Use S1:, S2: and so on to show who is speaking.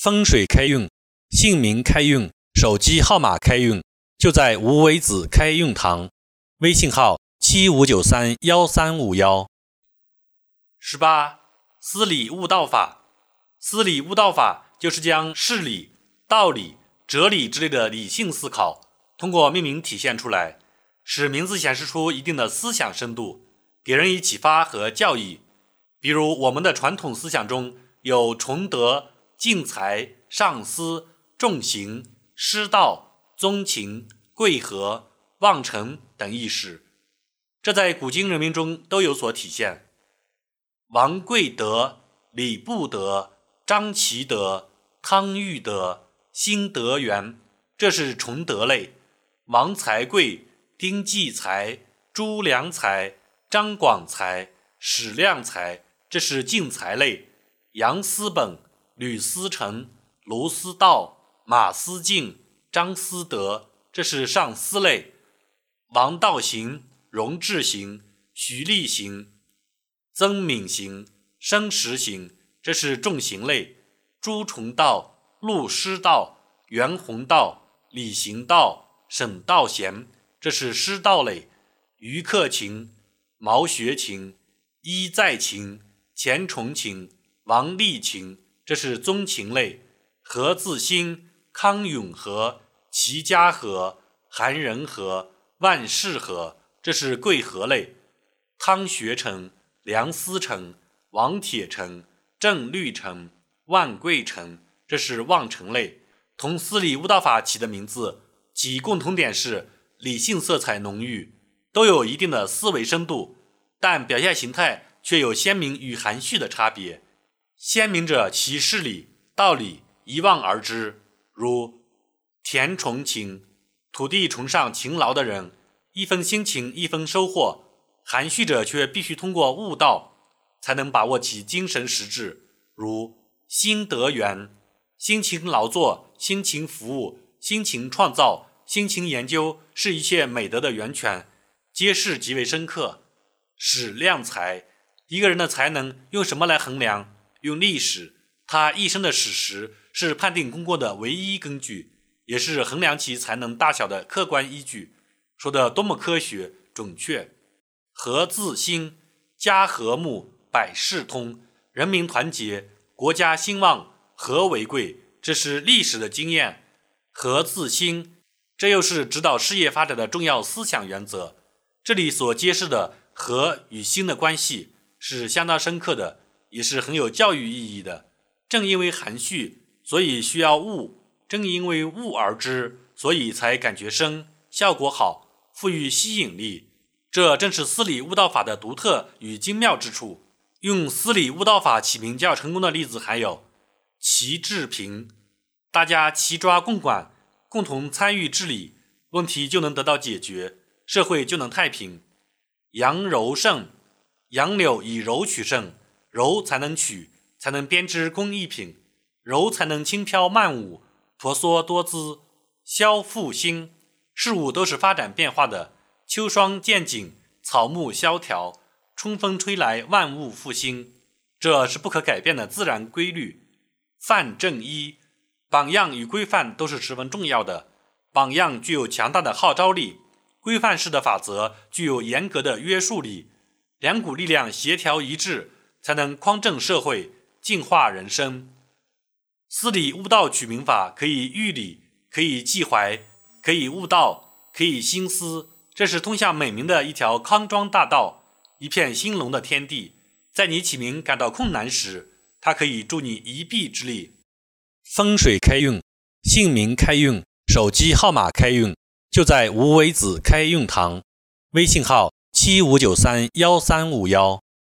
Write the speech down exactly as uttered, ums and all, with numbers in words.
S1: 风水开运，姓名开运，手机号码开运，就在无为子开运堂。微信号七五九三一三五一。十八，思理悟道法。思理悟道法就是将事理、道理、哲理之类的理性思考，通过命名体现出来，使名字显示出一定的思想深度，给人以启发和教益。比如我们的传统思想中有崇德、敬财、上思、重行、师道、宗勤、贵和、望臣等意识，这在古今人民中都有所体现。王贵德、李不德、张其德、汤玉德、辛德元，这是崇德类；王才贵、丁继才、朱良才、张广才、史亮才，这是敬才类；杨思本、吕思成、卢思道、马思敬、张思德，这是上思类；王道行、荣志行、徐立行、曾敏行、申时行，这是重行类；朱重道、陆师道、袁宏道、李行道、沈道贤，这是师道类；余克勤、毛学勤、伊在勤、钱崇勤、王立勤，这是宗勤类；何自新、康永和、齐家和、韩仁和、万世和，这是贵和类；汤学成、梁思成、王铁成、郑律成、万贵成，这是望成类。同思理悟道法起的名字，其共同点是理性色彩浓郁，都有一定的思维深度，但表现形态却有鲜明与含蓄的差别。鲜明者其事理、道理一望而知，如田崇勤，土地崇尚勤劳的人，一分辛勤一分收获；含蓄者却必须通过悟道才能把握其精神实质，如辛德元，辛勤劳作、辛勤服务、辛勤创造、辛勤研究是一切美德的源泉，揭示极为深刻。史亮才，一个人的才能用什么来衡量？用历史，他一生的史实是判定功过的唯一根据，也是衡量其才能大小的客观依据。说得多么科学准确。和自兴，家和睦，百事通，人民团结，国家兴旺，和为贵，这是历史的经验。和自兴，这又是指导事业发展的重要思想原则。这里所揭示的和与兴的关系是相当深刻的，也是很有教育意义的。正因为含蓄，所以需要悟；正因为悟而知，所以才感觉深，效果好，富于吸引力。这正是思理悟道法的独特与精妙之处。用思理悟道法起名较成功的例子还有齐治平，大家齐抓共管，共同参与治理，问题就能得到解决，社会就能太平。杨柔胜，杨柳以柔取胜，柔才能取，才能编织工艺品，柔才能轻飘曼舞，婆娑多姿。萧复兴，事物都是发展变化的，秋霜渐紧，草木萧条，春风吹来，万物复兴，这是不可改变的自然规律。范正一，榜样与规范都是十分重要的，榜样具有强大的号召力，规范式的法则具有严格的约束力，两股力量协调一致，才能匡正社会，净化人生。思理悟道取名法可以喻理，可以寄怀，可以悟道，可以心思，这是通向美名的一条康庄大道，一片兴隆的天地。在你起名感到困难时，它可以助你一臂之力。风水开运，姓名开运，手机号码开运，就在无为子开运堂。微信号七五九三一三五一。